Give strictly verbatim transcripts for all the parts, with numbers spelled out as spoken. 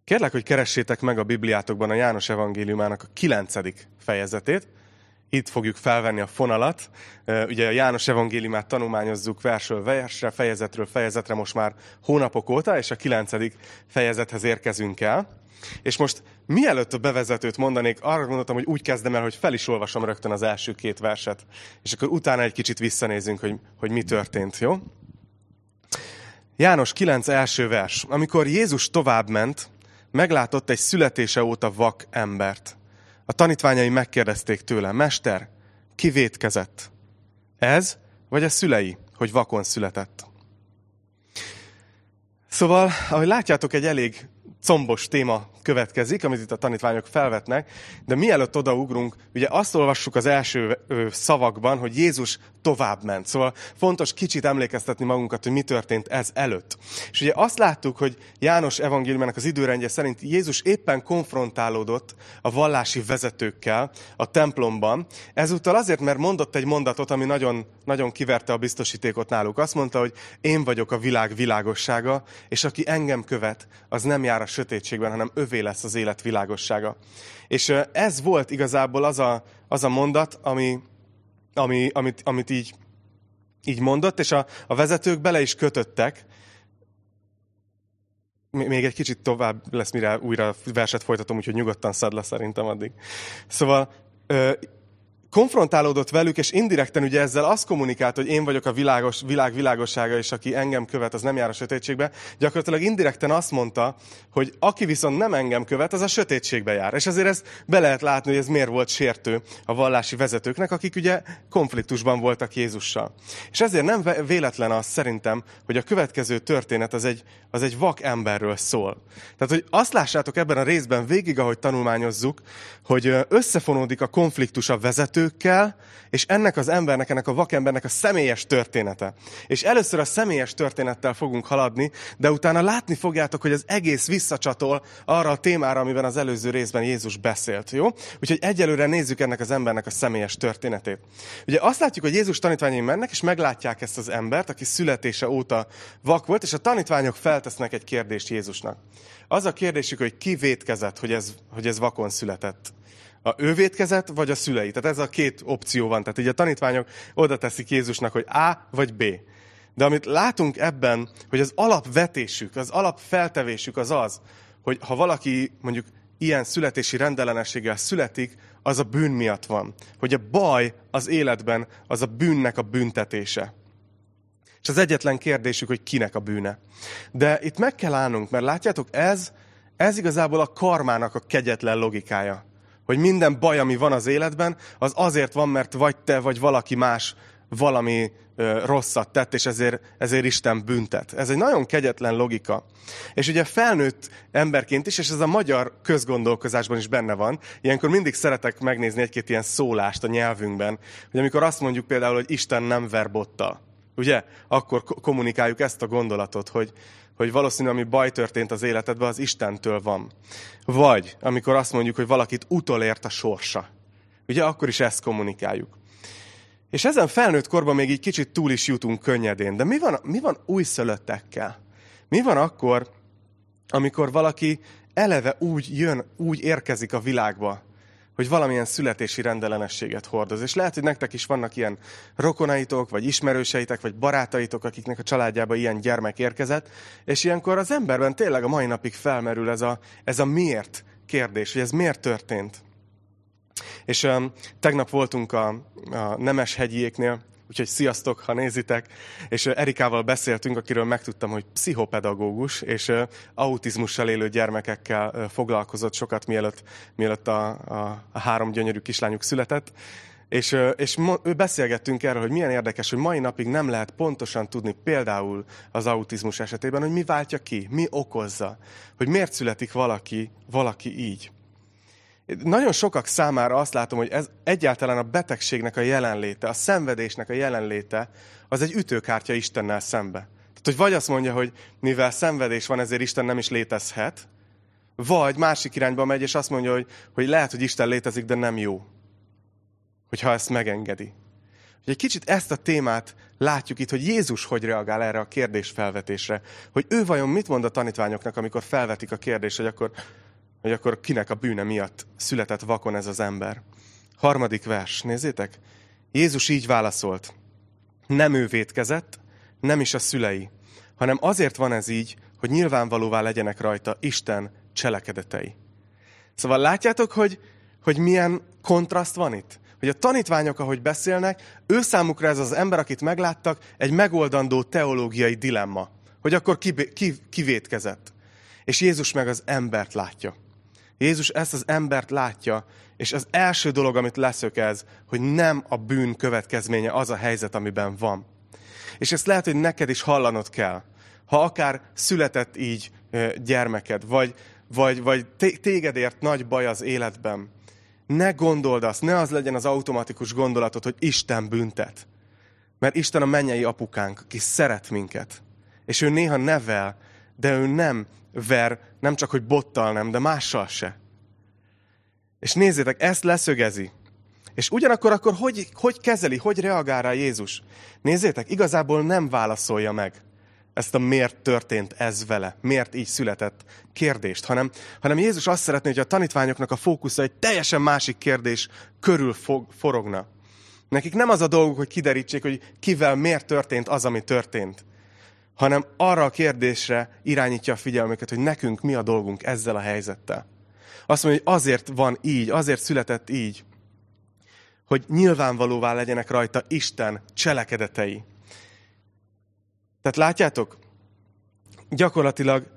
Kérlek, hogy keressétek meg a Bibliátokban a János evangéliumának a kilencedik fejezetét. Itt fogjuk felvenni a fonalat. Ugye a János evangéliumát tanulmányozzuk versről versre, fejezetről fejezetre most már hónapok óta, és a kilencedik fejezethez érkezünk el. És most mielőtt a bevezetőt mondanék, arra gondoltam, hogy úgy kezdem el, hogy fel is olvasom rögtön az első két verset, és akkor utána egy kicsit visszanézünk, hogy, hogy mi történt, jó? János kilenc első vers. Amikor Jézus továbbment, meglátott egy születése óta vak embert. A tanítványai megkérdezték tőle, Mester, ki vétkezett? Ez, vagy a szülei, hogy vakon született? Szóval, ahogy látjátok, egy elég combos téma következik, amit itt a tanítványok felvetnek, de mielőtt odaugrunk, ugye azt olvassuk az első szavakban, hogy Jézus tovább ment. Szóval fontos kicsit emlékeztetni magunkat, hogy mi történt ez előtt. És ugye azt láttuk, hogy János evangéliumának az időrendje szerint Jézus éppen konfrontálódott a vallási vezetőkkel a templomban. Ezúttal azért, mert mondott egy mondatot, ami nagyon, nagyon kiverte a biztosítékot náluk. Azt mondta, hogy én vagyok a világ világossága, és aki engem követ, az nem jár a sötétségben, hanem övé lesz az élet világossága. És ez volt igazából az a, az a mondat, ami, ami, amit, amit így, így mondott, és a, a vezetők bele is kötöttek. Még egy kicsit tovább lesz, mire újra verset folytatom, úgyhogy nyugodtan szed le szerintem addig. Szóval konfrontálódott velük, és indirekten ugye ezzel azt kommunikált, hogy én vagyok a világos, világ világossága, és aki engem követ, az nem jár a sötétségbe. Gyakorlatilag indirekten azt mondta, hogy aki viszont nem engem követ, az a sötétségbe jár. És azért ezt be lehet látni, hogy ez miért volt sértő a vallási vezetőknek, akik ugye konfliktusban voltak Jézussal. És ezért nem véletlen az szerintem, hogy a következő történet az egy, az egy vak emberről szól. Tehát, hogy azt lássátok ebben a részben végig, ahogy tanulmányozzuk, hogy összefonódik a konfliktus a vezető, és ennek az embernek, ennek a vakembernek a személyes története. És először a személyes történettel fogunk haladni, de utána látni fogjátok, hogy az egész visszacsatol arra a témára, amiben az előző részben Jézus beszélt. Jó? Úgyhogy egyelőre nézzük ennek az embernek a személyes történetét. Ugye azt látjuk, hogy Jézus tanítványai mennek, és meglátják ezt az embert, aki születése óta vak volt, és a tanítványok feltesznek egy kérdést Jézusnak. Az a kérdésük, hogy ki vétkezett, hogy ez, hogy ez vakon született. A ő vétkezett, vagy a szülei. Tehát ez a két opció van. Tehát így a tanítványok oda teszik Jézusnak, hogy A vagy B. De amit látunk ebben, hogy az alapvetésük, az alapfeltevésük az az, hogy ha valaki mondjuk ilyen születési rendellenességgel születik, az a bűn miatt van. Hogy a baj az életben az a bűnnek a büntetése. És az egyetlen kérdésük, hogy kinek a bűne. De itt meg kell állnunk, mert látjátok, ez, ez igazából a karmának a kegyetlen logikája. Hogy minden baj, ami van az életben, az azért van, mert vagy te, vagy valaki más valami ö, rosszat tett, és ezért, ezért Isten büntet. Ez egy nagyon kegyetlen logika. És ugye felnőtt emberként is, és ez a magyar közgondolkozásban is benne van, ilyenkor mindig szeretek megnézni egy-két ilyen szólást a nyelvünkben, hogy amikor azt mondjuk például, hogy Isten nem ver bottal, ugye? Akkor kommunikáljuk ezt a gondolatot, hogy hogy valószínű, ami baj történt az életedben, az Istentől van. Vagy, amikor azt mondjuk, hogy valakit utolért a sorsa. Ugye, akkor is ezt kommunikáljuk. És ezen felnőtt korban még így kicsit túl is jutunk könnyedén. De mi van, mi van újszülöttekkel? Mi van akkor, amikor valaki eleve úgy jön, úgy érkezik a világba, hogy valamilyen születési rendellenességet hordoz. És lehet, hogy nektek is vannak ilyen rokonaitok, vagy ismerőseitek, vagy barátaitok, akiknek a családjába ilyen gyermek érkezett, és ilyenkor az emberben tényleg a mai napig felmerül ez a, ez a miért kérdés, hogy ez miért történt. És um, tegnap voltunk a, a Nemeshegyiéknél, úgyhogy sziasztok, ha nézitek, és Erikával beszéltünk, akiről megtudtam, hogy pszichopedagógus, és autizmussal élő gyermekekkel foglalkozott sokat, mielőtt, mielőtt a, a, a három gyönyörű kislányuk született. És, és ő beszélgettünk erről, hogy milyen érdekes, hogy mai napig nem lehet pontosan tudni például az autizmus esetében, hogy mi váltja ki, mi okozza, hogy miért születik valaki, valaki így. Nagyon sokak számára azt látom, hogy ez egyáltalán a betegségnek a jelenléte, a szenvedésnek a jelenléte, az egy ütőkártya Istennel szembe. Tehát, hogy vagy azt mondja, hogy mivel szenvedés van, ezért Isten nem is létezhet, vagy másik irányba megy, és azt mondja, hogy, hogy lehet, hogy Isten létezik, de nem jó. Hogyha ezt megengedi. Egy kicsit ezt a témát látjuk itt, hogy Jézus hogy reagál erre a kérdésfelvetésre. Hogy ő vajon mit mond a tanítványoknak, amikor felvetik a kérdést, hogy akkor, hogy akkor kinek a bűne miatt született vakon ez az ember. Harmadik vers, nézzétek. Jézus így válaszolt. Nem ő vétkezett, nem is a szülei, hanem azért van ez így, hogy nyilvánvalóvá legyenek rajta Isten cselekedetei. Szóval látjátok, hogy, hogy milyen kontraszt van itt? Hogy a tanítványok, ahogy beszélnek, ő számukra ez az ember, akit megláttak, egy megoldandó teológiai dilemma. Hogy akkor ki, ki, ki vétkezett. És Jézus meg az embert látja. Jézus ezt az embert látja, és az első dolog, amit leszögez, hogy nem a bűn következménye az a helyzet, amiben van. És ezt lehet, hogy neked is hallanod kell. Ha akár született így gyermeked, vagy, vagy, vagy téged ért nagy baj az életben, ne gondold azt, ne az legyen az automatikus gondolatod, hogy Isten büntet. Mert Isten a mennyei apukánk, aki szeret minket. És ő néha nevel, de ő nem ver, nem csak, hogy bottal nem, de mással se. És nézzétek, ezt leszögezi. És ugyanakkor akkor hogy, hogy kezeli, hogy reagál rá Jézus? Nézzétek, igazából nem válaszolja meg ezt a miért történt ez vele, miért így született kérdést, hanem, hanem Jézus azt szeretné, hogy a tanítványoknak a fókusza egy teljesen másik kérdés körül fog, forogna. Nekik nem az a dolguk, hogy kiderítsék, hogy kivel miért történt az, ami történt, hanem arra a kérdésre irányítja a figyelmüket, hogy nekünk mi a dolgunk ezzel a helyzettel. Azt mondja, hogy azért van így, azért született így, hogy nyilvánvalóvá legyenek rajta Isten cselekedetei. Tehát látjátok, gyakorlatilag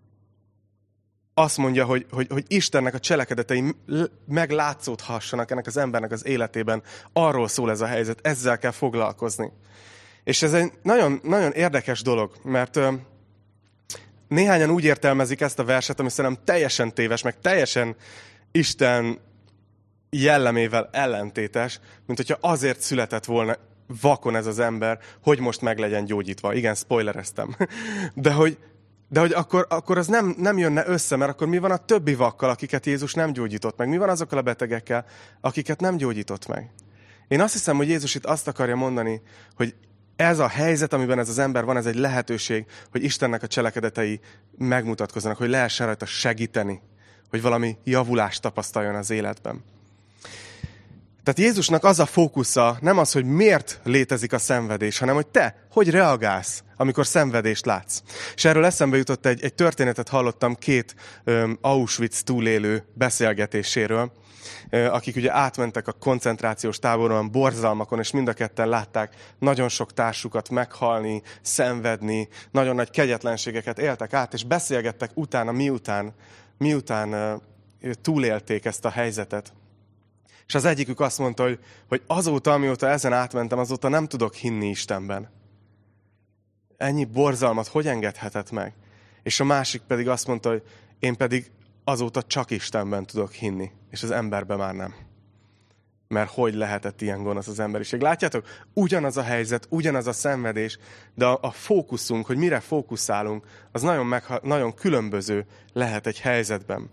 azt mondja, hogy, hogy, hogy Istennek a cselekedetei meglátszódhassanak ennek az embernek az életében. Arról szól ez a helyzet, ezzel kell foglalkozni. És ez egy nagyon, nagyon érdekes dolog, mert néhányan úgy értelmezik ezt a verset, ami szerintem teljesen téves, meg teljesen Isten jellemével ellentétes, mint hogyha azért született volna vakon ez az ember, hogy most meg legyen gyógyítva. Igen, spoilereztem. De hogy, de hogy akkor, akkor az nem, nem jönne össze, mert akkor mi van a többi vakkal, akiket Jézus nem gyógyított meg? Mi van azokkal a betegekkel, akiket nem gyógyított meg? Én azt hiszem, hogy Jézus itt azt akarja mondani, hogy ez a helyzet, amiben ez az ember van, ez egy lehetőség, hogy Istennek a cselekedetei megmutatkozzanak, hogy lehessen rajta segíteni, hogy valami javulást tapasztaljon az életben. Tehát Jézusnak az a fókusza nem az, hogy miért létezik a szenvedés, hanem hogy te hogy reagálsz, amikor szenvedést látsz. És erről eszembe jutott egy, egy történetet hallottam két um, Auschwitz túlélő beszélgetéséről, uh, akik ugye átmentek a koncentrációs táboron, borzalmakon, és mind a ketten látták nagyon sok társukat meghalni, szenvedni, nagyon nagy kegyetlenségeket éltek át, és beszélgettek utána, miután, miután uh, túlélték ezt a helyzetet. És az egyikük azt mondta, hogy, hogy azóta, amióta ezen átmentem, azóta nem tudok hinni Istenben. Ennyi borzalmat hogy engedhetett meg? És a másik pedig azt mondta, hogy én pedig azóta csak Istenben tudok hinni, és az emberben már nem. Mert hogy lehetett ilyen gonosz az emberiség? Látjátok? Ugyanaz a helyzet, ugyanaz a szenvedés, de a, a fókuszunk, hogy mire fókuszálunk, az nagyon, megha- nagyon különböző lehet egy helyzetben.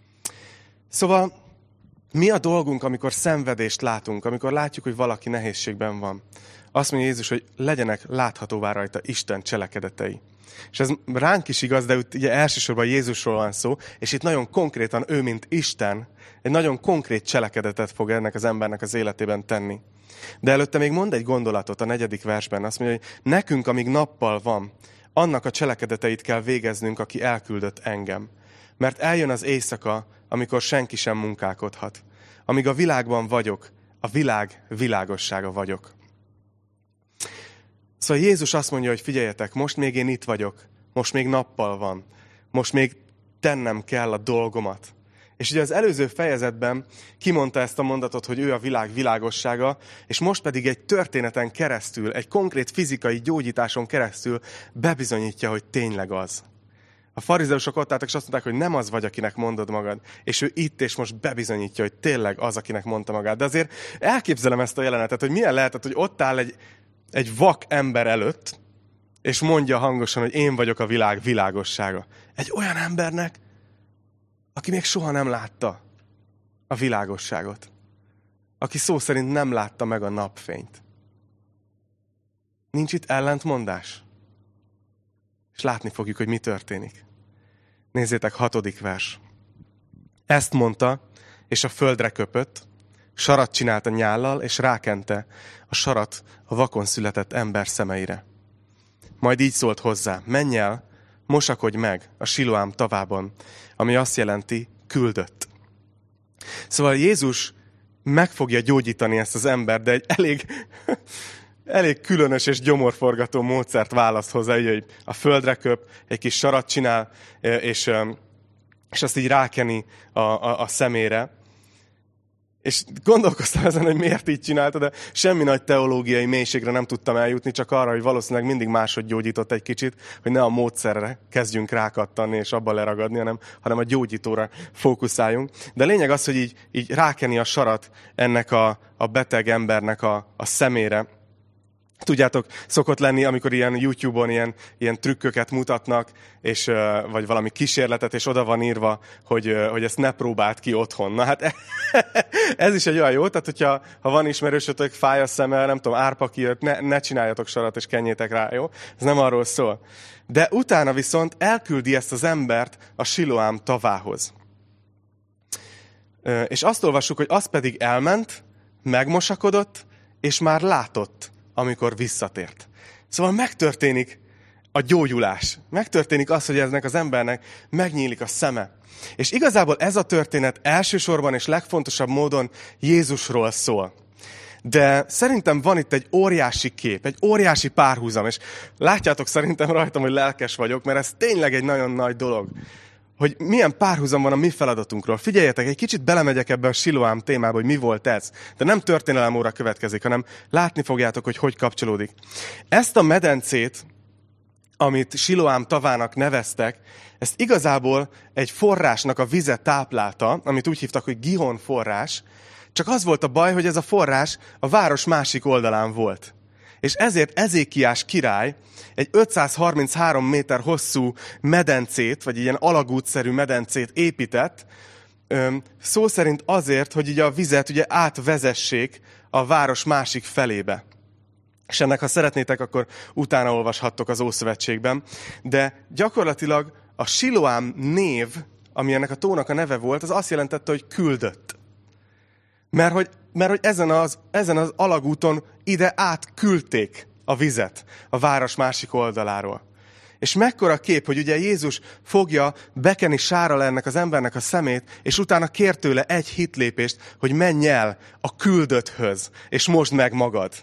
Szóval mi a dolgunk, amikor szenvedést látunk, amikor látjuk, hogy valaki nehézségben van? Azt mondja Jézus, hogy legyenek láthatóvá rajta Isten cselekedetei. És ez ránk is igaz, de ugye elsősorban Jézusról van szó, és itt nagyon konkrétan ő, mint Isten, egy nagyon konkrét cselekedetet fog ennek az embernek az életében tenni. De előtte még mond egy gondolatot a negyedik versben, azt mondja, hogy nekünk, amíg nappal van, annak a cselekedeteit kell végeznünk, aki elküldött engem. Mert eljön az éjszaka, amikor senki sem munkálkodhat. Amíg a világban vagyok, a világ világossága vagyok. Szóval Jézus azt mondja, hogy figyeljetek, most még én itt vagyok, most még nappal van, most még tennem kell a dolgomat. És ugye az előző fejezetben kimondta ezt a mondatot, hogy ő a világ világossága, és most pedig egy történeten keresztül, egy konkrét fizikai gyógyításon keresztül bebizonyítja, hogy tényleg az. A farizeusok ott álltak, és azt mondták, hogy nem az vagy, akinek mondod magad. És ő itt és most bebizonyítja, hogy tényleg az, akinek mondta magát. De azért elképzelem ezt a jelenetet, hogy milyen lehetett, hogy ott áll egy, egy vak ember előtt, és mondja hangosan, hogy én vagyok a világ világossága. Egy olyan embernek, aki még soha nem látta a világosságot. Aki szó szerint nem látta meg a napfényt. Nincs itt ellentmondás. És látni fogjuk, hogy mi történik. Nézzétek, hatodik vers. Ezt mondta, és a földre köpött, sarat csinált a nyállal, és rákente a sarat a vakon született ember szemeire. Majd így szólt hozzá, menj el, mosakodj meg a Siloám tavában, ami azt jelenti, küldött. Szóval Jézus meg fogja gyógyítani ezt az embert, de egy elég, elég különös és gyomorforgató módszert választ hozzá, így, hogy a földre köp, egy kis sarat csinál, és, és azt így rákeni a, a, a szemére. És gondolkoztam ezen, hogy miért így csinálta, de semmi nagy teológiai mélységre nem tudtam eljutni, csak arra, hogy valószínűleg mindig máshogy gyógyított egy kicsit, hogy ne a módszerre kezdjünk rákattanni és abba leragadni, hanem, hanem a gyógyítóra fókuszáljunk. De a lényeg az, hogy így, így rákeni a sarat ennek a, a beteg embernek a, a szemére. Tudjátok, szokott lenni, amikor ilyen YouTube-on ilyen, ilyen trükköket mutatnak, és, vagy valami kísérletet, és oda van írva, hogy, hogy ezt ne próbáld ki otthon. Na hát ez is egy olyan jó, tehát hogyha ha van ismerősötök, fáj a szeme, nem tudom, árpa kijött, ne, ne csináljatok sarat, és kenjétek rá, jó? Ez nem arról szól. De utána viszont elküldi ezt az embert a Siloám tavához. És azt olvassuk, hogy az pedig elment, megmosakodott, és már látott, amikor visszatért. Szóval megtörténik a gyógyulás. Megtörténik az, hogy ennek az embernek megnyílik a szeme. És igazából ez a történet elsősorban és legfontosabb módon Jézusról szól. De szerintem van itt egy óriási kép, egy óriási párhuzam, és látjátok szerintem rajtam, hogy lelkes vagyok, mert ez tényleg egy nagyon nagy dolog. Hogy milyen párhuzam van a mi feladatunkról. Figyeljetek, egy kicsit belemegyek ebbe a Siloám témába, hogy mi volt ez. De nem történelem óra következik, hanem látni fogjátok, hogy hogy kapcsolódik. Ezt a medencét, amit Siloám tavának neveztek, ezt igazából egy forrásnak a vize táplálta, amit úgy hívtak, hogy Gihon forrás, csak az volt a baj, hogy ez a forrás a város másik oldalán volt. És ezért Ezékiás király egy ötszázharminchárom méter hosszú medencét, vagy ilyen alagútszerű medencét épített, szó szerint azért, hogy így a vizet ugye átvezessék a város másik felébe. És ennek, ha szeretnétek, akkor utána olvashattok az Ószövetségben. De gyakorlatilag a Siloám név, ami ennek a tónak a neve volt, az azt jelentette, hogy küldött. Mert hogy, mert hogy ezen, az, ezen az alagúton ide átküldték a vizet a város másik oldaláról. És mekkora kép, hogy ugye Jézus fogja bekeni sárral ennek az embernek a szemét, és utána kér tőle egy hitlépést, hogy menj el a küldötthöz, és mosd meg magad.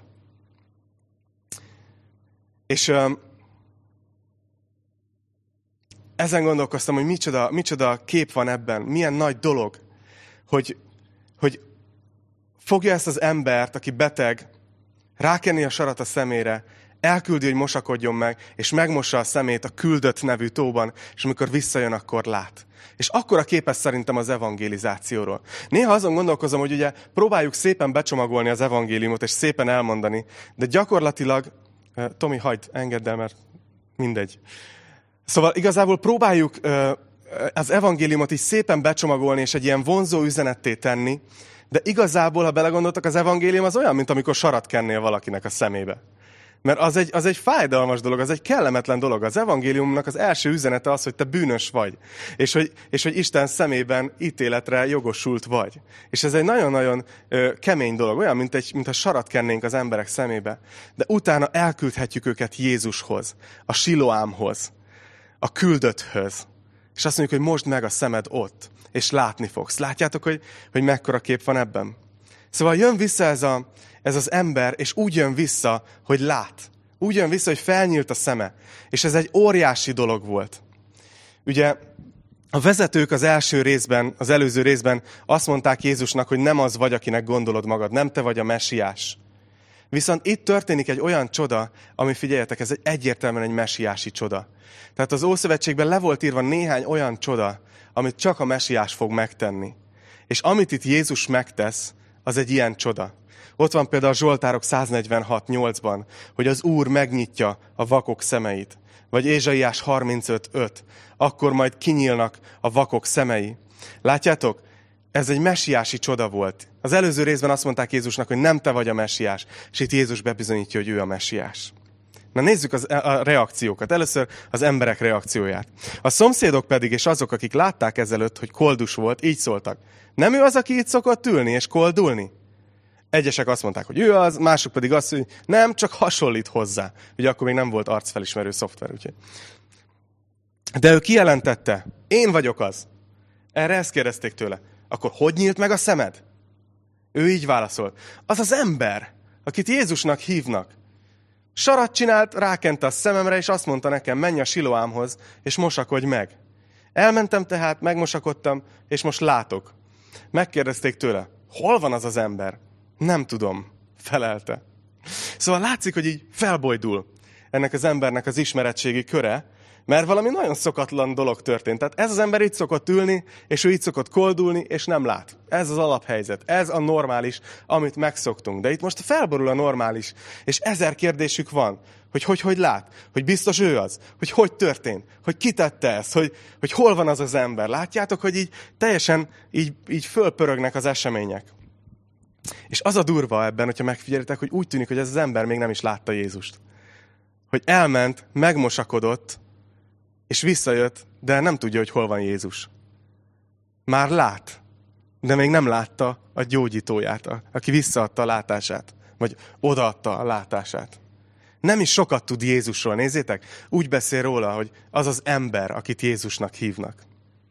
És um, ezen gondolkoztam, hogy micsoda, micsoda kép van ebben, milyen nagy dolog, hogy, hogy fogja ezt az embert, aki beteg, rákenni a sarat a szemére, elküldi, hogy mosakodjon meg, és megmossa a szemét a küldött nevű tóban, és amikor visszajön, akkor lát. És akkor a képes szerintem az evangelizációról. Néha azon gondolkozom, hogy ugye próbáljuk szépen becsomagolni az evangéliumot, és szépen elmondani, de gyakorlatilag, Tomi, hagyd, engedd el, mert mindegy. Szóval igazából próbáljuk az evangéliumot is szépen becsomagolni, és egy ilyen vonzó üzenetté tenni, de igazából, ha belegondoltak, az evangélium az olyan, mint amikor sarat kennél valakinek a szemébe. Mert az egy, az egy fájdalmas dolog, az egy kellemetlen dolog. Az evangéliumnak az első üzenete az, hogy te bűnös vagy. És hogy, és hogy Isten szemében ítéletre jogosult vagy. És ez egy nagyon-nagyon ö, kemény dolog, olyan, mint, egy, mint ha sarat kennénk az emberek szemébe. De utána elküldhetjük őket Jézushoz, a Siloámhoz, a küldötthöz. És azt mondjuk, hogy mosd meg a szemed ott, és látni fogsz. Látjátok, hogy, hogy mekkora kép van ebben? Szóval jön vissza ez, a, ez az ember, és úgy jön vissza, hogy lát. Úgy jön vissza, hogy felnyílt a szeme. És ez egy óriási dolog volt. Ugye a vezetők az első részben, az előző részben azt mondták Jézusnak, hogy nem az vagy, akinek gondolod magad, nem te vagy a mesiás. Viszont itt történik egy olyan csoda, ami, figyeljetek, ez egy egyértelműen egy mesiási csoda. Tehát az Ószövetségben le volt írva néhány olyan csoda, amit csak a mesiás fog megtenni. És amit itt Jézus megtesz, az egy ilyen csoda. Ott van például a Zsoltárok száznegyvenhat nyolcban, hogy az Úr megnyitja a vakok szemeit. Vagy Ézsaiás harmincöt öt, akkor majd kinyílnak a vakok szemei. Látjátok? Ez egy mesiási csoda volt. Az előző részben azt mondták Jézusnak, hogy nem te vagy a mesiás, és itt Jézus bebizonyítja, hogy ő a mesiás. Na nézzük az, a reakciókat. Először az emberek reakcióját. A szomszédok pedig, és azok, akik látták ezelőtt, hogy koldus volt, így szóltak. Nem ő az, aki itt szokott ülni és koldulni? Egyesek azt mondták, hogy ő az, mások pedig azt, hogy nem, csak hasonlít hozzá. Ugye akkor még nem volt arcfelismerő szoftver, úgyhogy. De ő kijelentette, én vagyok az. Erre ezt kérdezték tőle. Akkor hogy nyílt meg a szemed? Ő így válaszolt. Az az ember, akit Jézusnak hívnak. Sarat csinált, rákente a szememre, és azt mondta nekem, menj a Siloámhoz, és mosakodj meg. Elmentem tehát, megmosakodtam, és most látok. Megkérdezték tőle, hol van az az ember? Nem tudom, felelte. Szóval látszik, hogy így felbojdul ennek az embernek az ismeretségi köre, mert valami nagyon szokatlan dolog történt. Tehát ez az ember itt szokott ülni, és ő itt szokott koldulni, és nem lát. Ez az alaphelyzet. Ez a normális, amit megszoktunk. De itt most felborul a normális, és ezer kérdésük van, hogy hogy, hogy lát, hogy biztos ő az, hogy hogy történt, hogy ki tette ezt, hogy, hogy hol van az az ember. Látjátok, hogy így teljesen így, így fölpörögnek az események. És az a durva ebben, hogyha megfigyelitek, hogy úgy tűnik, hogy ez az ember még nem is látta Jézust. Hogy elment, megmosakodott, és visszajött, de nem tudja, hogy hol van Jézus. Már lát, de még nem látta a gyógyítóját, aki visszaadta a látását, vagy odaadta a látását. Nem is sokat tud Jézusról, nézzétek, úgy beszél róla, hogy az az ember, akit Jézusnak hívnak.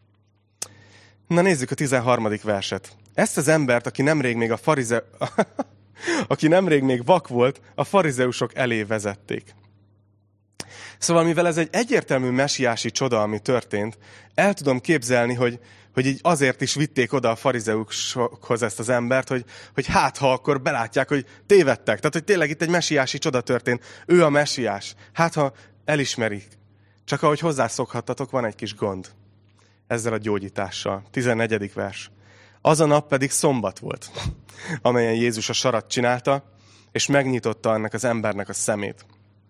Na nézzük a tizenharmadik verset. Ezt az embert, aki nemrég még a farize... aki nemrég még vak volt, a farizeusok elé vezették. Szóval, mivel ez egy egyértelmű mesiási csoda, ami történt, el tudom képzelni, hogy, hogy így azért is vitték oda a farizeusokhoz ezt az embert, hogy, hogy hát, ha akkor belátják, hogy tévedtek. Tehát, hogy tényleg itt egy mesiási csoda történt. Ő a mesiás. Hát, ha elismerik. Csak ahogy hozzászokhattatok, van egy kis gond ezzel a gyógyítással. tizennegyedik vers. Az a nap pedig szombat volt, amelyen Jézus a sarat csinálta, és megnyitotta ennek az embernek a szemét.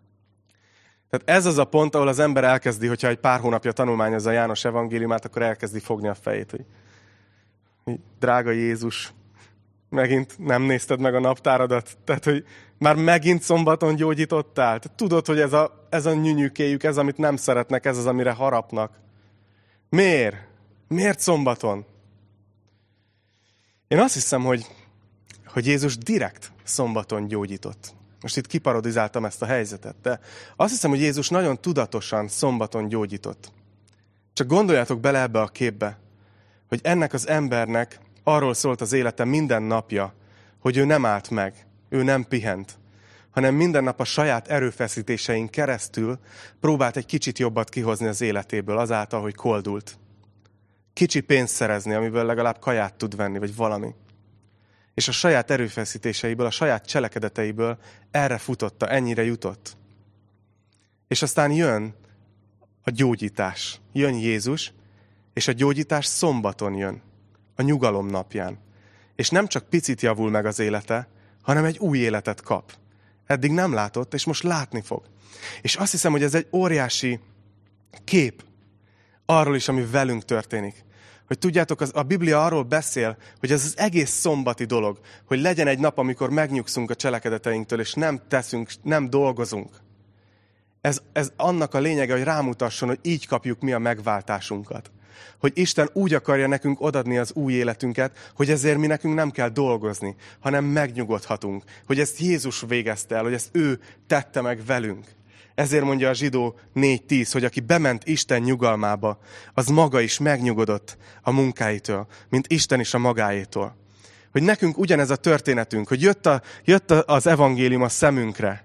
Tehát ez az a pont, ahol az ember elkezdi, hogyha egy pár hónapja tanulmányozza János evangéliumát, akkor elkezdi fogni a fejét, hogy, hogy drága Jézus, megint nem nézted meg a naptáradat, tehát, hogy már megint szombaton gyógyítottál. Tehát tudod, hogy ez a, ez a nyünyükéjük, ez, amit nem szeretnek, ez az, amire harapnak. Miért? Miért szombaton? Én azt hiszem, hogy, hogy Jézus direkt szombaton gyógyított. Most itt kiparodizáltam ezt a helyzetet, de azt hiszem, hogy Jézus nagyon tudatosan szombaton gyógyított. Csak gondoljátok bele ebbe a képbe, hogy ennek az embernek arról szólt az élete minden napja, hogy ő nem állt meg, ő nem pihent, hanem minden nap a saját erőfeszítésein keresztül próbált egy kicsit jobbat kihozni az életéből, azáltal, hogy koldult. Kicsi pénzt szerezni, amiből legalább kaját tud venni, vagy valami. És a saját erőfeszítéseiből, a saját cselekedeteiből erre futotta, ennyire jutott. És aztán jön a gyógyítás. Jön Jézus, és a gyógyítás szombaton jön, a nyugalom napján. És nem csak picit javul meg az élete, hanem egy új életet kap. Eddig nem látott, és most látni fog. És azt hiszem, hogy ez egy óriási kép arról is, ami velünk történik. Hogy tudjátok, az, a Biblia arról beszél, hogy ez az egész szombati dolog, hogy legyen egy nap, amikor megnyugszunk a cselekedeteinktől, és nem teszünk, nem dolgozunk. Ez, ez annak a lényege, hogy rámutasson, hogy így kapjuk mi a megváltásunkat. Hogy Isten úgy akarja nekünk odadni az új életünket, hogy ezért mi nekünk nem kell dolgozni, hanem megnyugodhatunk. Hogy ezt Jézus végezte el, hogy ezt ő tette meg velünk. Ezért mondja a Zsidó négy tíz, hogy aki bement Isten nyugalmába, az maga is megnyugodott a munkáitól, mint Isten is a magáétól. Hogy nekünk ugyanez a történetünk, hogy jött, a, jött az evangélium a szemünkre,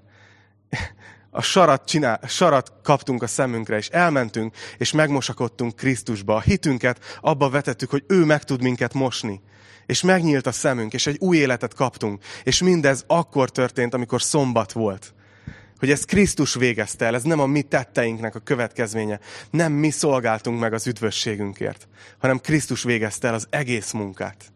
a sarat, csinál, sarat kaptunk a szemünkre, és elmentünk, és megmosakodtunk Krisztusba. A hitünket abba vetettük, hogy ő meg tud minket mosni. És megnyílt a szemünk, és egy új életet kaptunk. És mindez akkor történt, amikor szombat volt. Hogy ez Krisztus végezte el, ez nem a mi tetteinknek a következménye. Nem mi szolgáltunk meg az üdvösségünkért, hanem Krisztus végezte el az egész munkát.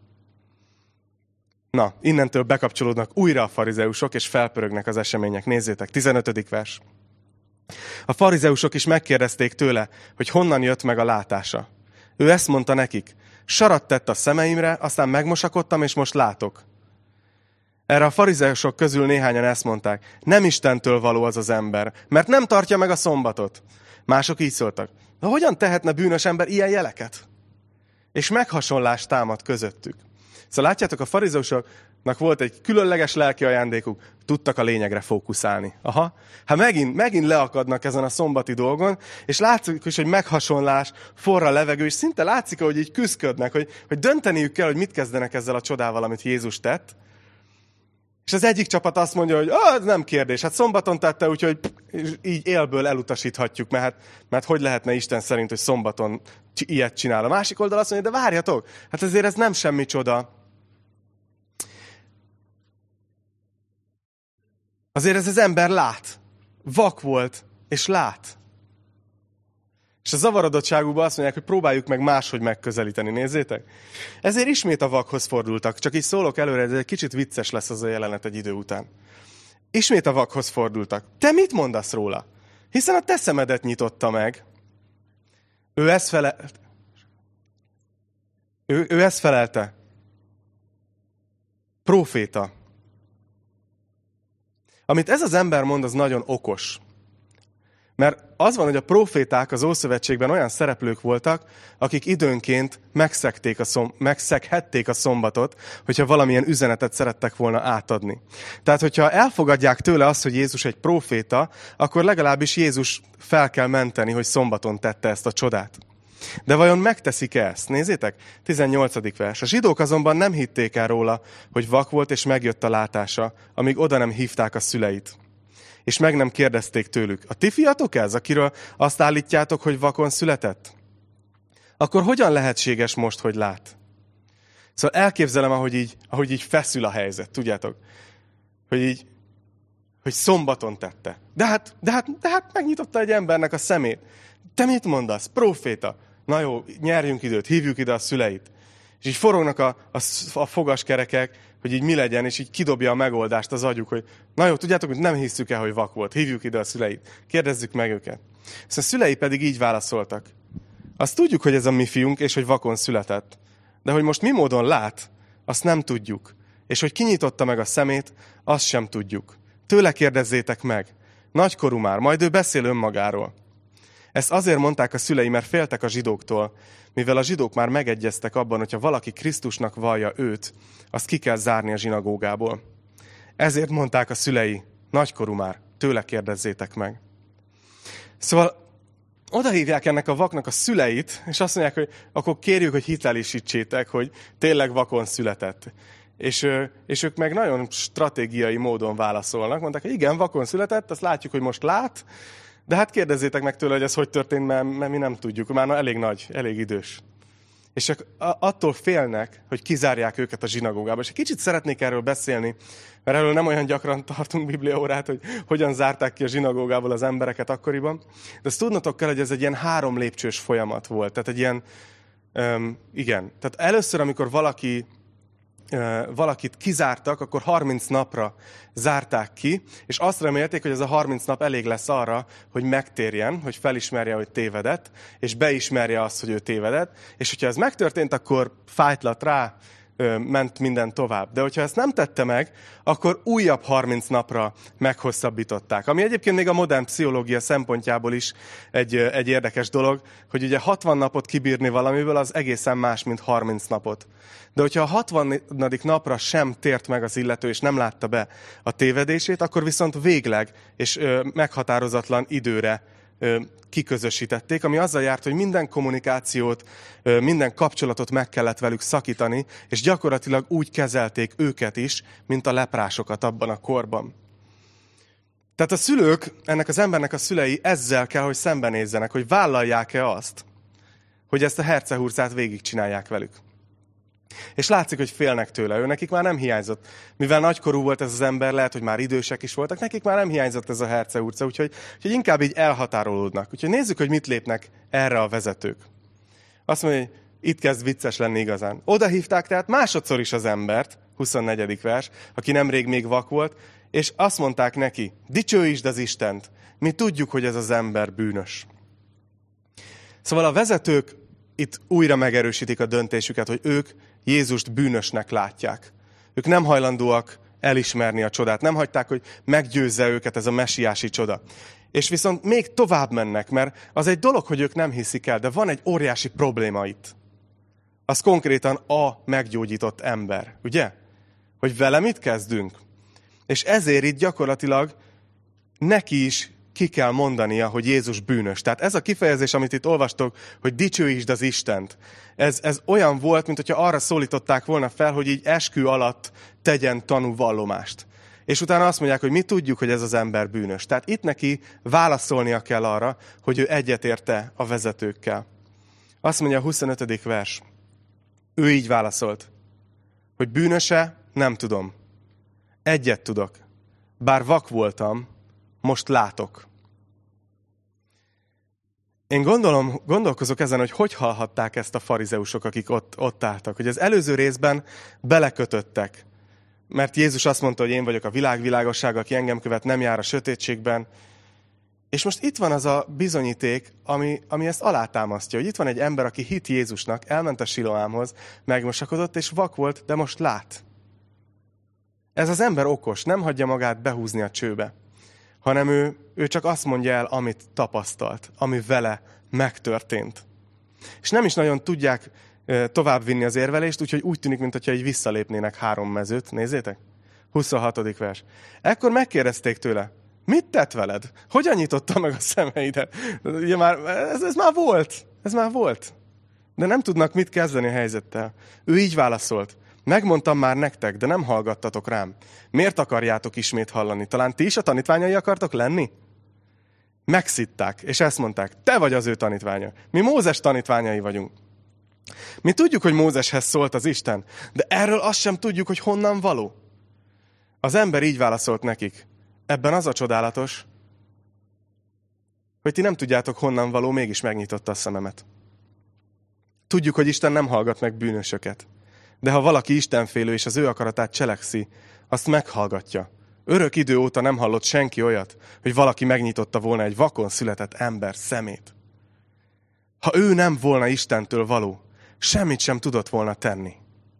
Na, innentől bekapcsolódnak újra a farizeusok, és felpörögnek az események. Nézzétek, tizenötödik vers. A farizeusok is megkérdezték tőle, hogy honnan jött meg a látása. Ő ezt mondta nekik, sarat tett a szemeimre, aztán megmosakodtam, és most látok. Erre a farizeusok közül néhányan ezt mondták, nem Istentől való az az ember, mert nem tartja meg a szombatot. Mások így szóltak, na hogyan tehetne bűnös ember ilyen jeleket? És meghasonlást támad közöttük. Szóval látjátok, a farizeusoknak volt egy különleges lelki ajándékuk, tudtak a lényegre fókuszálni. Aha, hát megint, megint leakadnak ezen a szombati dolgon, és látszik is, hogy meghasonlás, forra levegő, és szinte látszik, hogy így küszködnek, hogy, hogy dönteniük kell, hogy mit kezdenek ezzel a csodával, amit Jézus tett. És az egyik csapat azt mondja, hogy ah, nem kérdés, hát szombaton tette, úgyhogy így élből elutasíthatjuk, mert, mert hogy lehetne Isten szerint, hogy szombaton ilyet csinál. A másik oldal azt mondja, de várjatok, hát azért ez nem semmi csoda. Azért ez az ember lát, vak volt, és lát. És a zavarodottságukban azt mondják, hogy próbáljuk meg máshogy megközelíteni, nézzétek. Ezért ismét a vakhoz fordultak, csak így szólok előre, ez egy kicsit vicces lesz az a jelenet egy idő után. Ismét a vakhoz fordultak. Te mit mondasz róla? Hiszen a te szemedet nyitotta meg. Ő ezt felelte. Ő, ő ezt felelte. Próféta. Amit ez az ember mond, az nagyon okos. Mert az van, hogy a próféták az Ószövetségben olyan szereplők voltak, akik időnként megszegték a szom, megszeghették a szombatot, hogyha valamilyen üzenetet szerettek volna átadni. Tehát, hogyha elfogadják tőle azt, hogy Jézus egy próféta, akkor legalábbis Jézus fel kell menteni, hogy szombaton tette ezt a csodát. De vajon megteszik-e ezt? Nézzétek, tizennyolcadik vers. A zsidók azonban nem hitték el róla, hogy vak volt és megjött a látása, amíg oda nem hívták a szüleit. És meg nem kérdezték tőlük, a ti fiatok ez, akiről azt állítjátok, hogy vakon született? Akkor hogyan lehetséges most, hogy lát? Szóval elképzelem, ahogy így, ahogy így feszül a helyzet, tudjátok? Hogy így, hogy szombaton tette. De hát, de hát, de hát megnyitotta egy embernek a szemét. Te mit mondasz? Próféta. Na jó, nyerjünk időt, hívjuk ide a szüleit. És így forognak a, a, a fogaskerekek, hogy így mi legyen, és így kidobja a megoldást az agyuk, hogy na jó, tudjátok, hogy nem hisszük el, hogy vak volt. Hívjuk ide a szüleit. Kérdezzük meg őket. Szóval a szülei pedig így válaszoltak. Azt tudjuk, hogy ez a mi fiunk, és hogy vakon született. De hogy most mi módon lát, azt nem tudjuk. És hogy kinyitotta meg a szemét, azt sem tudjuk. Tőle kérdezzétek meg. Nagykorú már, majd ő beszél önmagáról. Ezt azért mondták a szülei, mert féltek a zsidóktól, mivel a zsidók már megegyeztek abban, hogyha valaki Krisztusnak vallja őt, azt ki kell zárni a zsinagógából. Ezért mondták a szülei, nagykorú már, tőle kérdezzétek meg. Szóval odahívják ennek a vaknak a szüleit, és azt mondják, hogy akkor kérjük, hogy hitelisítsétek, hogy tényleg vakon született. És, és ők meg nagyon stratégiai módon válaszolnak. Mondták, hogy igen, vakon született, azt látjuk, hogy most lát, de hát kérdezzétek meg tőle, hogy ez hogy történt, mert, mert mi nem tudjuk. Már elég nagy, elég idős. És csak attól félnek, hogy kizárják őket a zsinagógába. És egy kicsit szeretnék erről beszélni, mert erről nem olyan gyakran tartunk bibliaórát, hogy hogyan zárták ki a zsinagógából az embereket akkoriban. De azt tudnotok kell, hogy ez egy ilyen három lépcsős folyamat volt. Tehát egy ilyen, um, igen. Tehát először, amikor valaki valakit kizártak, akkor harminc napra zárták ki, és azt remélték, hogy ez a harminc nap elég lesz arra, hogy megtérjen, hogy felismerje, hogy tévedett, és beismerje azt, hogy ő tévedett, és hogyha ez megtörtént, akkor fájtlat rá, ment minden tovább. De hogyha ezt nem tette meg, akkor újabb harminc napra meghosszabbították. Ami egyébként még a modern pszichológia szempontjából is egy, egy érdekes dolog, hogy ugye hatvan napot kibírni valamiből az egészen más, mint harminc napot. De hogyha a hatvadik napra sem tért meg az illető, és nem látta be a tévedését, akkor viszont végleg és ö, meghatározatlan időre ö, kiközösítették, ami azzal járt, hogy minden kommunikációt, ö, minden kapcsolatot meg kellett velük szakítani, és gyakorlatilag úgy kezelték őket is, mint a leprásokat abban a korban. Tehát a szülők, ennek az embernek a szülei ezzel kell, hogy szembenézzenek, hogy vállalják-e azt, hogy ezt a hercehurcát végigcsinálják velük. És látszik, hogy félnek tőle. Ő nekik már nem hiányzott. Mivel nagykorú volt ez az ember, lehet, hogy már idősek is voltak, nekik már nem hiányzott ez a hercehurca, úgyhogy, úgyhogy inkább így elhatárolódnak. Úgyhogy nézzük, hogy mit lépnek erre a vezetők. Azt mondja, hogy itt kezd vicces lenni igazán. Oda hívták tehát másodszor is az embert, huszonnegyedik vers, aki nemrég még vak volt, és azt mondták neki, dicsőítsd az Istent, mi tudjuk, hogy ez az ember bűnös. Szóval a vezetők itt újra megerősítik a döntésüket, hogy ők Jézust bűnösnek látják. Ők nem hajlandóak elismerni a csodát. Nem hagyták, hogy meggyőzze őket ez a mesiási csoda. És viszont még tovább mennek, mert az egy dolog, hogy ők nem hiszik el, de van egy óriási probléma itt. Az konkrétan a meggyógyított ember, ugye? Hogy vele mit kezdünk? És ezért itt gyakorlatilag neki is ki kell mondania, hogy Jézus bűnös. Tehát ez a kifejezés, amit itt olvastok, hogy dicsőítsd az Istent, ez, ez olyan volt, mint hogyha arra szólították volna fel, hogy így eskü alatt tegyen tanúvallomást. És utána azt mondják, hogy mi tudjuk, hogy ez az ember bűnös. Tehát itt neki válaszolnia kell arra, hogy ő egyetérte a vezetőkkel. Azt mondja a huszonötödik vers. Ő így válaszolt, hogy bűnöse, nem tudom. Egyet tudok. Bár vak voltam, most látok. Én gondolom, gondolkozok ezen, hogy hogy hallhatták ezt a farizeusok, akik ott, ott álltak. Hogy az előző részben belekötöttek. Mert Jézus azt mondta, hogy én vagyok a világ világossága, aki engem követ, nem jár a sötétségben. És most itt van az a bizonyíték, ami, ami ezt alátámasztja, hogy itt van egy ember, aki hit Jézusnak, elment a Siloámhoz, megmosakodott, és vak volt, de most lát. Ez az ember okos, nem hagyja magát behúzni a csőbe, hanem ő, ő csak azt mondja el, amit tapasztalt, ami vele megtörtént. És nem is nagyon tudják továbbvinni az érvelést, úgyhogy úgy tűnik, mintha így visszalépnének három mezőt. Nézzétek? huszonhatodik vers. Ekkor megkérdezték tőle, mit tett veled? Hogyan nyitotta meg a szemeidet? Ugye már, ez, ez már volt. Ez már volt. De nem tudnak mit kezdeni a helyzettel. Ő így válaszolt. Megmondtam már nektek, de nem hallgattatok rám. Miért akarjátok ismét hallani? Talán ti is a tanítványai akartok lenni? Megszitták, és ezt mondták, te vagy az ő tanítványa. Mi Mózes tanítványai vagyunk. Mi tudjuk, hogy Mózeshez szólt az Isten, de erről azt sem tudjuk, hogy honnan való. Az ember így válaszolt nekik. Ebben az a csodálatos, hogy ti nem tudjátok, honnan való, mégis megnyitotta a szememet. Tudjuk, hogy Isten nem hallgat meg bűnösöket. De ha valaki istenfélő és az ő akaratát cselekszi, azt meghallgatja. Örök idő óta nem hallott senki olyat, hogy valaki megnyitotta volna egy vakon született ember szemét. Ha ő nem volna Istentől való, semmit sem tudott volna tenni.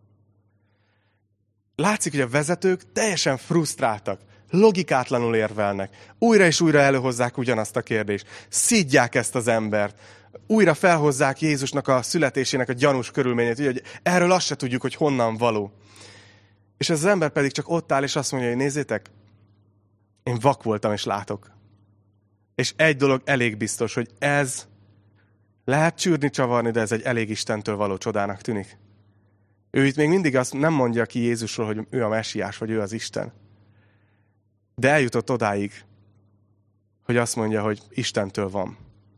Látszik, hogy a vezetők teljesen frusztráltak, logikátlanul érvelnek. Újra és újra előhozzák ugyanazt a kérdést. Szidják ezt az embert. Újra felhozzák Jézusnak a születésének a gyanús körülményét, hogy erről azt se tudjuk, hogy honnan való. És ez az ember pedig csak ott áll, és azt mondja, hogy nézzétek, én vak voltam, és látok. És egy dolog elég biztos, hogy ez lehet csűrni, csavarni, de ez egy elég Istentől való csodának tűnik. Ő itt még mindig azt nem mondja ki Jézusról, hogy ő a mesiás, vagy ő az Isten. De eljutott odáig, hogy azt mondja, hogy Istentől van.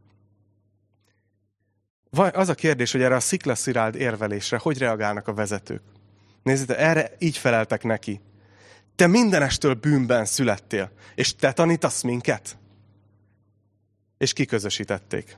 Az a kérdés, hogy erre a sziklasziráld érvelésre hogy reagálnak a vezetők. Nézzétek, erre így feleltek neki. Te mindenestől bűnben születtél, és te tanítasz minket? És kiközösítették.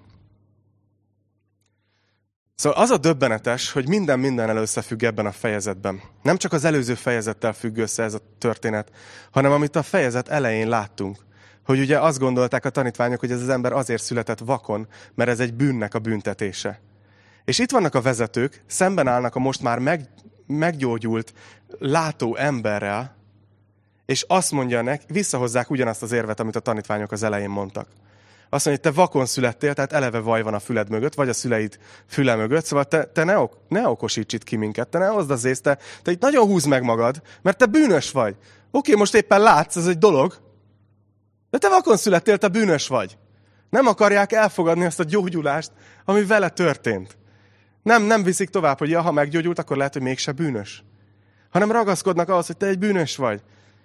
Szóval az a döbbenetes, hogy minden mindennel összefügg ebben a fejezetben. Nem csak az előző fejezettel függ össze ez a történet, hanem amit a fejezet elején láttunk. Hogy ugye azt gondolták a tanítványok, hogy ez az ember azért született vakon, mert ez egy bűnnek a büntetése. És itt vannak a vezetők, szemben állnak a most már meg, meggyógyult, látó emberrel, és azt mondja neki, visszahozzák ugyanazt az érvet, amit a tanítványok az elején mondtak. Azt mondja, hogy te vakon születtél, tehát eleve vaj van a füled mögött, vagy a szüleid füle mögött, szóval te, te ne, ok, ne okosíts itt ki minket, te ne hozd az észt, te, te itt nagyon húzd meg magad, mert te bűnös vagy. Oké, most éppen látsz, ez egy dolog, de te vakon születtél, te bűnös vagy. Nem akarják elfogadni azt a gyógyulást, ami vele történt. Nem, nem viszik tovább, hogy ja, ha meggyógyult, akkor lehet, hogy mégse bűnös. Hanem ragaszkodnak ahhoz, hogy te egy bűnös vagy.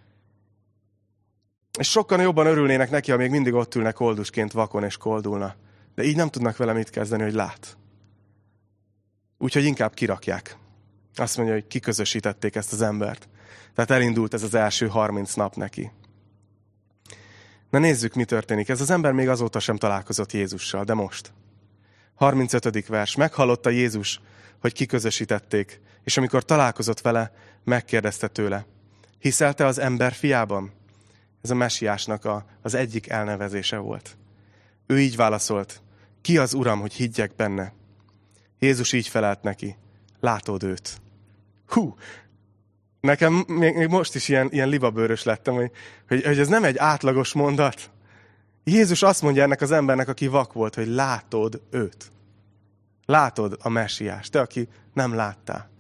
És sokkal jobban örülnének neki, ha még mindig ott ülnek koldusként vakon és koldulna. De így nem tudnak vele mit kezdeni, hogy lát. Úgyhogy inkább kirakják. Azt mondja, hogy kiközösítették ezt az embert. Tehát elindult ez az első harminc nap neki. Na nézzük, mi történik. Ez az ember még azóta sem találkozott Jézussal, de most. harmincötödik vers. Meghallotta Jézus, hogy kiközösítették, és amikor találkozott vele, megkérdezte tőle. Hiszel te az ember fiában? Ez a mesiásnak a, az egyik elnevezése volt. Ő így válaszolt. Ki az Uram, hogy higgyek benne? Jézus így felelt neki. Látod őt. Hú! Nekem még, még most is ilyen, ilyen libabőrös lettem, hogy, hogy, hogy ez nem egy átlagos mondat. Jézus azt mondja ennek az embernek, aki vak volt, hogy látod őt. Látod a mesiást, te, aki nem láttál.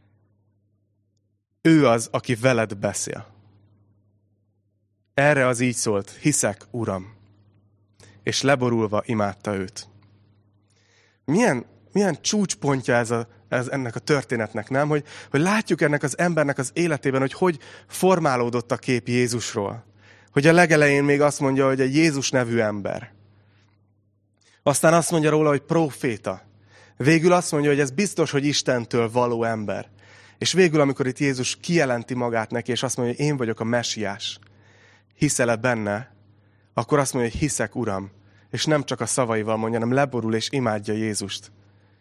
Ő az, aki veled beszél. Erre az így szólt, hiszek, Uram. És leborulva imádta őt. Milyen, milyen csúcspontja ez, a, ez ennek a történetnek, nem? Hogy, hogy látjuk ennek az embernek az életében, hogy hogy formálódott a kép Jézusról. Hogy a legelején még azt mondja, hogy egy Jézus nevű ember. Aztán azt mondja róla, hogy próféta. Végül azt mondja, hogy ez biztos, hogy Istentől való ember. És végül, amikor itt Jézus kijelenti magát neki, és azt mondja, hogy én vagyok a mesiás, hiszel-e benne, akkor azt mondja, hogy hiszek, Uram. És nem csak a szavaival mondja, hanem leborul és imádja Jézust.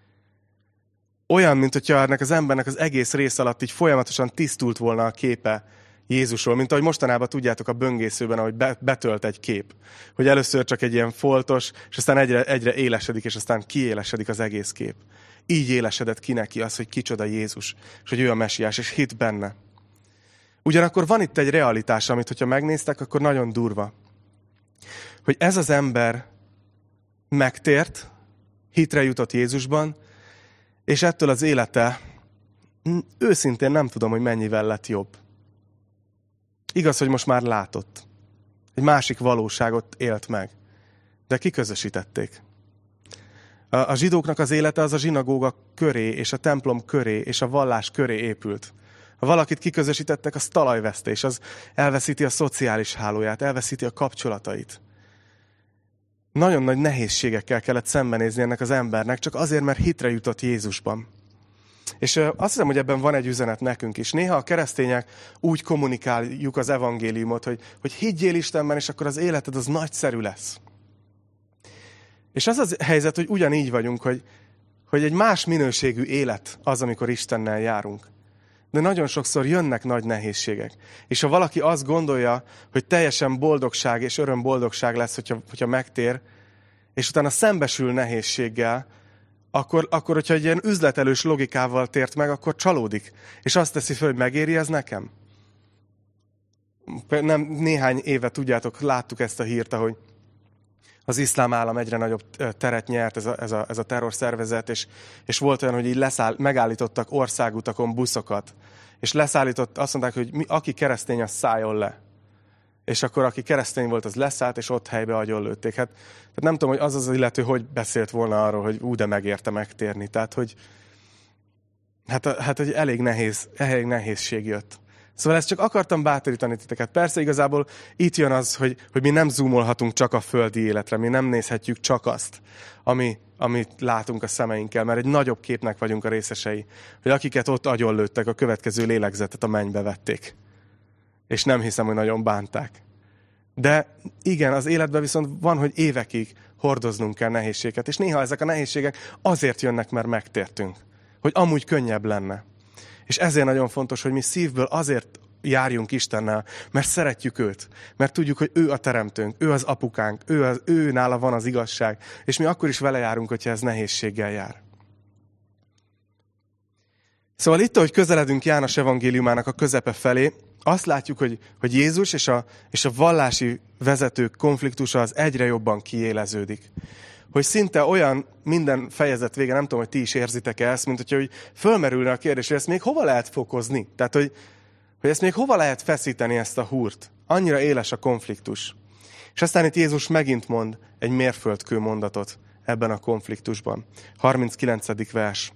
Olyan, mint hogyha ennek az embernek az egész rész alatt így folyamatosan tisztult volna a képe Jézusról, mint ahogy mostanában tudjátok a böngészőben, ahogy betölt egy kép. Hogy először csak egy ilyen foltos, és aztán egyre, egyre élesedik, és aztán kiélesedik az egész kép. Így élesedett ki neki az, hogy kicsoda Jézus, és hogy ő a mesiás, és hit benne. Ugyanakkor van itt egy realitás, amit hogyha megnéztek, akkor nagyon durva. Hogy ez az ember megtért, hitre jutott Jézusban, és ettől az élete őszintén nem tudom, hogy mennyivel lett jobb. Igaz, hogy most már látott. Egy másik valóságot élt meg. De kiközösítették. A, a zsidóknak az élete az a zsinagóga köré, és a templom köré, és a vallás köré épült. Ha valakit kiközösítettek, az talajvesztés, az elveszíti a szociális hálóját, elveszíti a kapcsolatait. Nagyon nagy nehézségekkel kellett szembenézni ennek az embernek, csak azért, mert hitre jutott Jézusban. És azt hiszem, hogy ebben van egy üzenet nekünk is. Néha a keresztények úgy kommunikáljuk az evangéliumot, hogy, hogy higgyél Istenben, és akkor az életed az nagyszerű lesz. És az az helyzet, hogy ugyanígy vagyunk, hogy, hogy egy más minőségű élet az, amikor Istennel járunk. De nagyon sokszor jönnek nagy nehézségek. És ha valaki azt gondolja, hogy teljesen boldogság és öröm-boldogság lesz, hogyha, hogyha megtér, és utána szembesül nehézséggel, akkor, akkor, hogyha egy ilyen üzletelős logikával tért meg, akkor csalódik. És azt teszi fel, hogy megéri ez nekem? Nem, néhány éve, tudjátok, láttuk ezt a hírt, ahogy az iszlám állam egyre nagyobb teret nyert, ez a, ez a, ez a terrorszervezet, és, és volt olyan, hogy így leszáll, megállítottak országutakon buszokat, és leszállított, azt mondták, hogy mi, aki keresztény, az szálljon le. És akkor aki keresztény volt, az leszállt, és ott helybe agyonlőtték. Hát, tehát nem tudom, hogy az az illető, hogy beszélt volna arról, hogy ú, de megérte megtérni. Tehát, hogy hát, hát egy elég nehéz, elég nehézség jött. Szóval ezt csak akartam bátorítani titeket. Persze igazából itt jön az, hogy, hogy mi nem zoomolhatunk csak a földi életre, mi nem nézhetjük csak azt, ami, amit látunk a szemeinkkel, mert egy nagyobb képnek vagyunk a részesei, hogy akiket ott agyonlőttek, a következő lélegzetet a mennybe vették. És nem hiszem, hogy nagyon bánták. De igen, az életben viszont van, hogy évekig hordoznunk kell nehézségeket, és néha ezek a nehézségek azért jönnek, mert megtértünk, hogy amúgy könnyebb lenne. És ezért nagyon fontos, hogy mi szívből azért járjunk Istennel, mert szeretjük őt, mert tudjuk, hogy ő a teremtőnk, ő az apukánk, ő, az, ő nála van az igazság, és mi akkor is vele járunk, hogyha ez nehézséggel jár. Szóval itt, ahogy közeledünk János evangéliumának a közepe felé, azt látjuk, hogy, hogy Jézus és a, és a vallási vezetők konfliktusa az egyre jobban kiéleződik. Hogy szinte olyan minden fejezet vége, nem tudom, hogy ti is érzitek-e ezt, mint hogyha hogy fölmerülne a kérdés, hogy ezt még hova lehet fokozni? Tehát, hogy, hogy ezt még hova lehet feszíteni, ezt a húrt? Annyira éles a konfliktus. És aztán itt Jézus megint mond egy mérföldkő mondatot ebben a konfliktusban. harminckilencedik vers.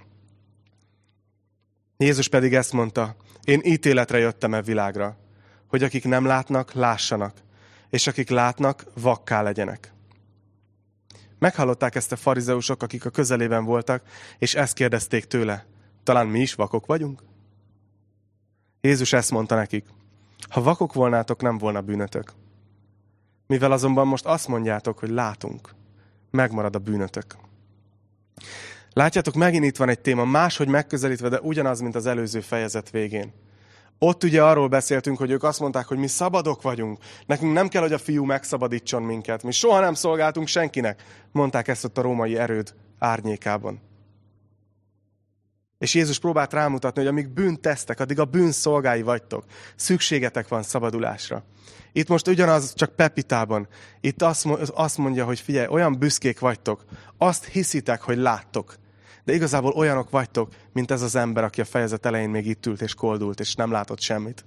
Jézus pedig ezt mondta, én ítéletre jöttem e világra, hogy akik nem látnak, lássanak, és akik látnak, vakká legyenek. Meghallották ezt a farizeusok, akik a közelében voltak, és ezt kérdezték tőle, talán mi is vakok vagyunk? Jézus ezt mondta nekik, ha vakok volnátok, nem volna bűnötök. Mivel azonban most azt mondjátok, hogy látunk, megmarad a bűnötök. Látjátok, megint itt van egy téma, máshogy megközelítve, de ugyanaz, mint az előző fejezet végén. Ott ugye arról beszéltünk, hogy ők azt mondták, hogy mi szabadok vagyunk. Nekünk nem kell, hogy a fiú megszabadítson minket. Mi soha nem szolgáltunk senkinek. Mondták ezt ott a római erőd árnyékában. És Jézus próbált rámutatni, hogy amíg bűnt tesztek, addig a bűn szolgái vagytok. Szükségetek van szabadulásra. Itt most ugyanaz, csak Pepitában. Itt azt mondja, hogy figyelj, olyan büszkék vagytok, azt hiszitek, hogy láttok. De igazából olyanok vagytok, mint ez az ember, aki a fejezet elején még itt ült és koldult, és nem látott semmit.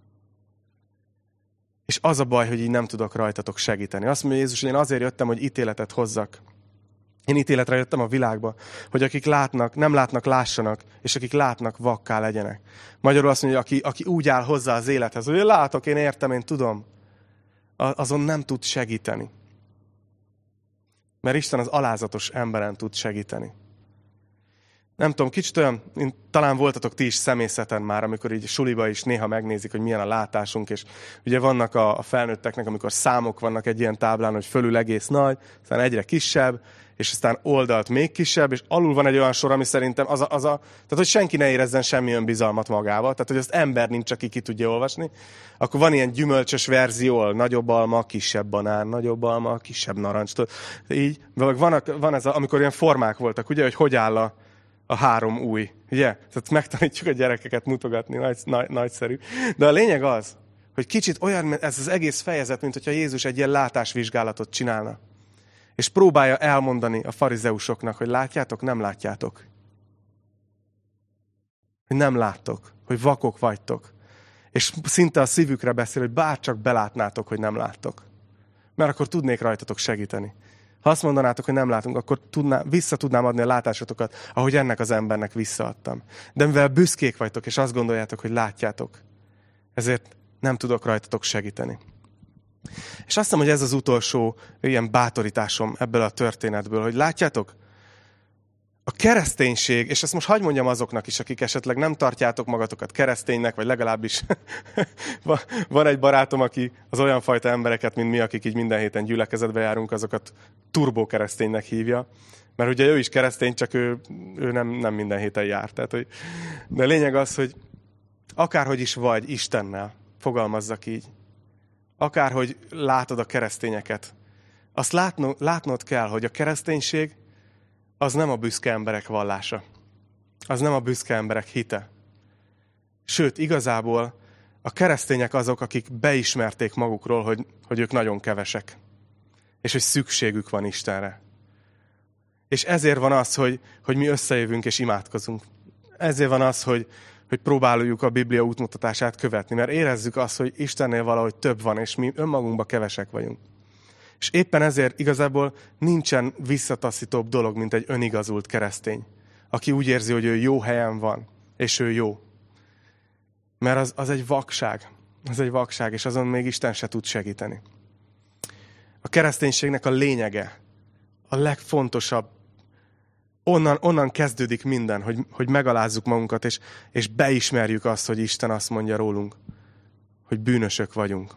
És az a baj, hogy így nem tudok rajtatok segíteni. Azt mondja Jézus, hogy én azért jöttem, hogy ítéletet hozzak. Én ítéletre jöttem a világba, hogy akik látnak, nem látnak, lássanak, és akik látnak, vakká legyenek. Magyarul azt mondja, hogy aki, aki úgy áll hozzá az élethez, hogy én látok, én értem, én tudom, azon nem tud segíteni. Mert Isten az alázatos emberen tud segíteni. Nem tudom, kicsit olyan, talán voltatok ti is személyzeten már, amikor így suliba is néha megnézik, hogy milyen a látásunk, és ugye vannak a, a felnőtteknek, amikor számok vannak egy ilyen táblán, hogy fölül egész nagy, aztán egyre kisebb, és aztán oldalt még kisebb, és alul van egy olyan sor, ami szerintem az a, az a tehát, hogy senki ne érezzen semmi önbizalmat magával, tehát, hogy azt ember nincs, aki ki tudja olvasni, akkor van ilyen gyümölcsös verzió, nagyobb alma, kisebb banán, nagyobb alma, kisebb narancs, így, vagy van, van ez, a, amikor ilyen formák voltak, ugye, hogy hogy áll a a három új, ugye? Tehát megtanítjuk a gyerekeket mutogatni, nagy, nagy, nagyszerű. De a lényeg az, hogy kicsit olyan, ez az egész fejezet, mint hogyha Jézus egy ilyen látásvizsgálatot csinálna. És próbálja elmondani a farizeusoknak, hogy látjátok, nem látjátok. Hogy nem láttok, hogy vakok vagytok. És szinte a szívükre beszél, hogy bárcsak belátnátok, hogy nem láttok. Mert akkor tudnék rajtatok segíteni. Ha azt mondanátok, hogy nem látunk, akkor tudná, vissza tudnám adni a látásotokat, ahogy ennek az embernek visszaadtam. De mivel büszkék vagytok, és azt gondoljátok, hogy látjátok, ezért nem tudok rajtatok segíteni. És azt hiszem, hogy ez az utolsó ilyen bátorításom ebből a történetből, hogy látjátok, a kereszténység, és ezt most hadd mondjam azoknak is, akik esetleg nem tartjátok magatokat kereszténynek, vagy legalábbis van egy barátom, aki az olyan fajta embereket, mint mi, akik így minden héten gyülekezetbe járunk, azokat turbókereszténynek hívja. Mert ugye ő is keresztény, csak ő, ő nem, nem minden héten jár. Tehát, hogy, de a lényeg az, hogy akárhogy is vagy Istennel, fogalmazzak így, akárhogy látod a keresztényeket, azt látnod, látnod kell, hogy a kereszténység az nem a büszke emberek vallása. Az nem a büszke emberek hite. Sőt, igazából a keresztények azok, akik beismerték magukról, hogy, hogy ők nagyon kevesek. És hogy szükségük van Istenre. És ezért van az, hogy, hogy mi összejövünk és imádkozunk. Ezért van az, hogy, hogy próbáljuk a Biblia útmutatását követni, mert érezzük azt, hogy Istennél valahogy több van, és mi önmagunkban kevesek vagyunk. És éppen ezért igazából nincsen visszataszítóbb dolog, mint egy önigazult keresztény, aki úgy érzi, hogy ő jó helyen van, és ő jó. Mert az, az egy vakság. Az egy vakság, és azon még Isten se tud segíteni. A kereszténységnek a lényege, a legfontosabb, onnan, onnan kezdődik minden, hogy, hogy megalázzuk magunkat, és, és beismerjük azt, hogy Isten azt mondja rólunk, hogy bűnösök vagyunk.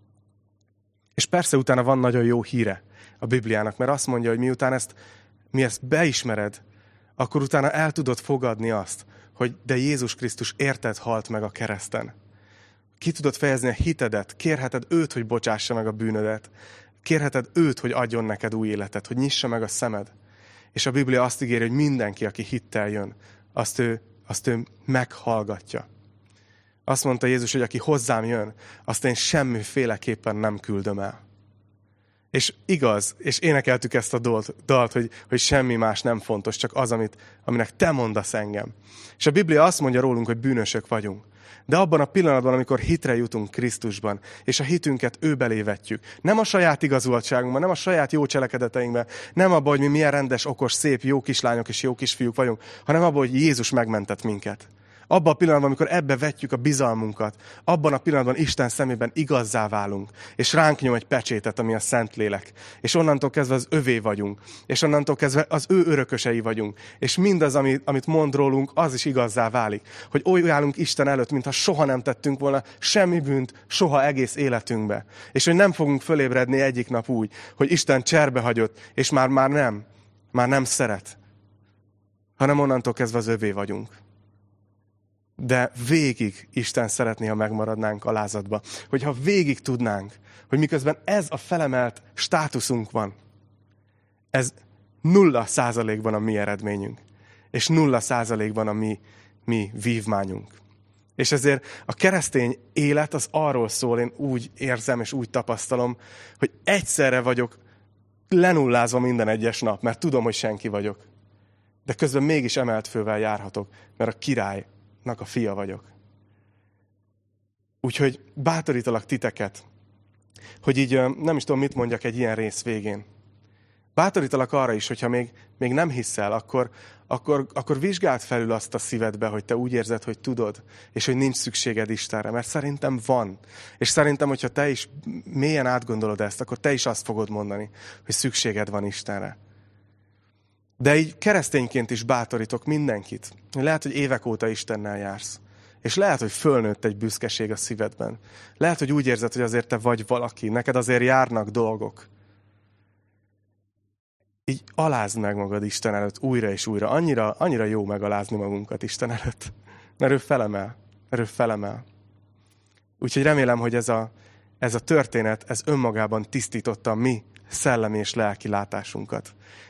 És persze utána van nagyon jó híre a Bibliának, mert azt mondja, hogy miután ezt, mi ezt beismered, akkor utána el tudod fogadni azt, hogy de Jézus Krisztus érted halt meg a kereszten. Ki tudod fejezni a hitedet, kérheted őt, hogy bocsássa meg a bűnödet, kérheted őt, hogy adjon neked új életet, hogy nyissa meg a szemed. És a Biblia azt ígéri, hogy mindenki, aki hittel jön, azt ő, azt ő meghallgatja. Azt mondta Jézus, hogy aki hozzám jön, azt én semmiféleképpen nem küldöm el. És igaz, és énekeltük ezt a dalt, dalt hogy, hogy semmi más nem fontos, csak az, amit, aminek te mondasz engem. És a Biblia azt mondja rólunk, hogy bűnösök vagyunk. De abban a pillanatban, amikor hitre jutunk Krisztusban, és a hitünket ő belé vetjük, nem a saját igazoltságunkban, nem a saját jó cselekedeteinkben, nem abban, hogy mi milyen rendes, okos, szép, jó kislányok és jó kisfiúk vagyunk, hanem abban, hogy Jézus megmentett minket. Abban a pillanatban, amikor ebbe vetjük a bizalmunkat, abban a pillanatban Isten szemében igazzá válunk, és ránk nyom egy pecsétet, ami a Szentlélek. És onnantól kezdve az övé vagyunk, és onnantól kezdve az ő örökösei vagyunk. És mindaz, amit mond rólunk, az is igazzá válik. Hogy oly állunk Isten előtt, mintha soha nem tettünk volna semmi bűnt, soha egész életünkbe. És hogy nem fogunk fölébredni egyik nap úgy, hogy Isten cserbe hagyott, és már, már nem, már nem szeret. Hanem onnantól kezdve az övé vagyunk. De végig Isten szeretné, ha megmaradnánk alázatba. Hogyha végig tudnánk, hogy miközben ez a felemelt státuszunk van, ez nulla százalékban a mi eredményünk. és nulla százalékban a mi, mi vívmányunk. És ezért a keresztény élet az arról szól, én úgy érzem és úgy tapasztalom, hogy egyszerre vagyok lenullázva minden egyes nap, mert tudom, hogy senki vagyok. De közben mégis emelt fővel járhatok, mert a királynak a fia vagyok. Úgyhogy bátorítalak titeket, hogy így nem is tudom, mit mondjak egy ilyen rész végén. Bátorítalak arra is, hogyha még, még nem hiszel, akkor, akkor, akkor vizsgáld felül azt a szívedbe, hogy te úgy érzed, hogy tudod, és hogy nincs szükséged Istenre, mert szerintem van. És szerintem, hogyha te is mélyen átgondolod ezt, akkor te is azt fogod mondani, hogy szükséged van Istenre. De így keresztényként is bátorítok mindenkit. Lehet, hogy évek óta Istennel jársz. És lehet, hogy fölnőtt egy büszkeség a szívedben. Lehet, hogy úgy érzed, hogy azért te vagy valaki, neked azért járnak dolgok. Így alázd meg magad Isten előtt újra és újra. Annyira, annyira jó megalázni magunkat Isten előtt. Mert ő felemel. Mert ő felemel. Úgyhogy remélem, hogy ez a, ez a történet, ez önmagában tisztította a mi szellemi és lelki látásunkat.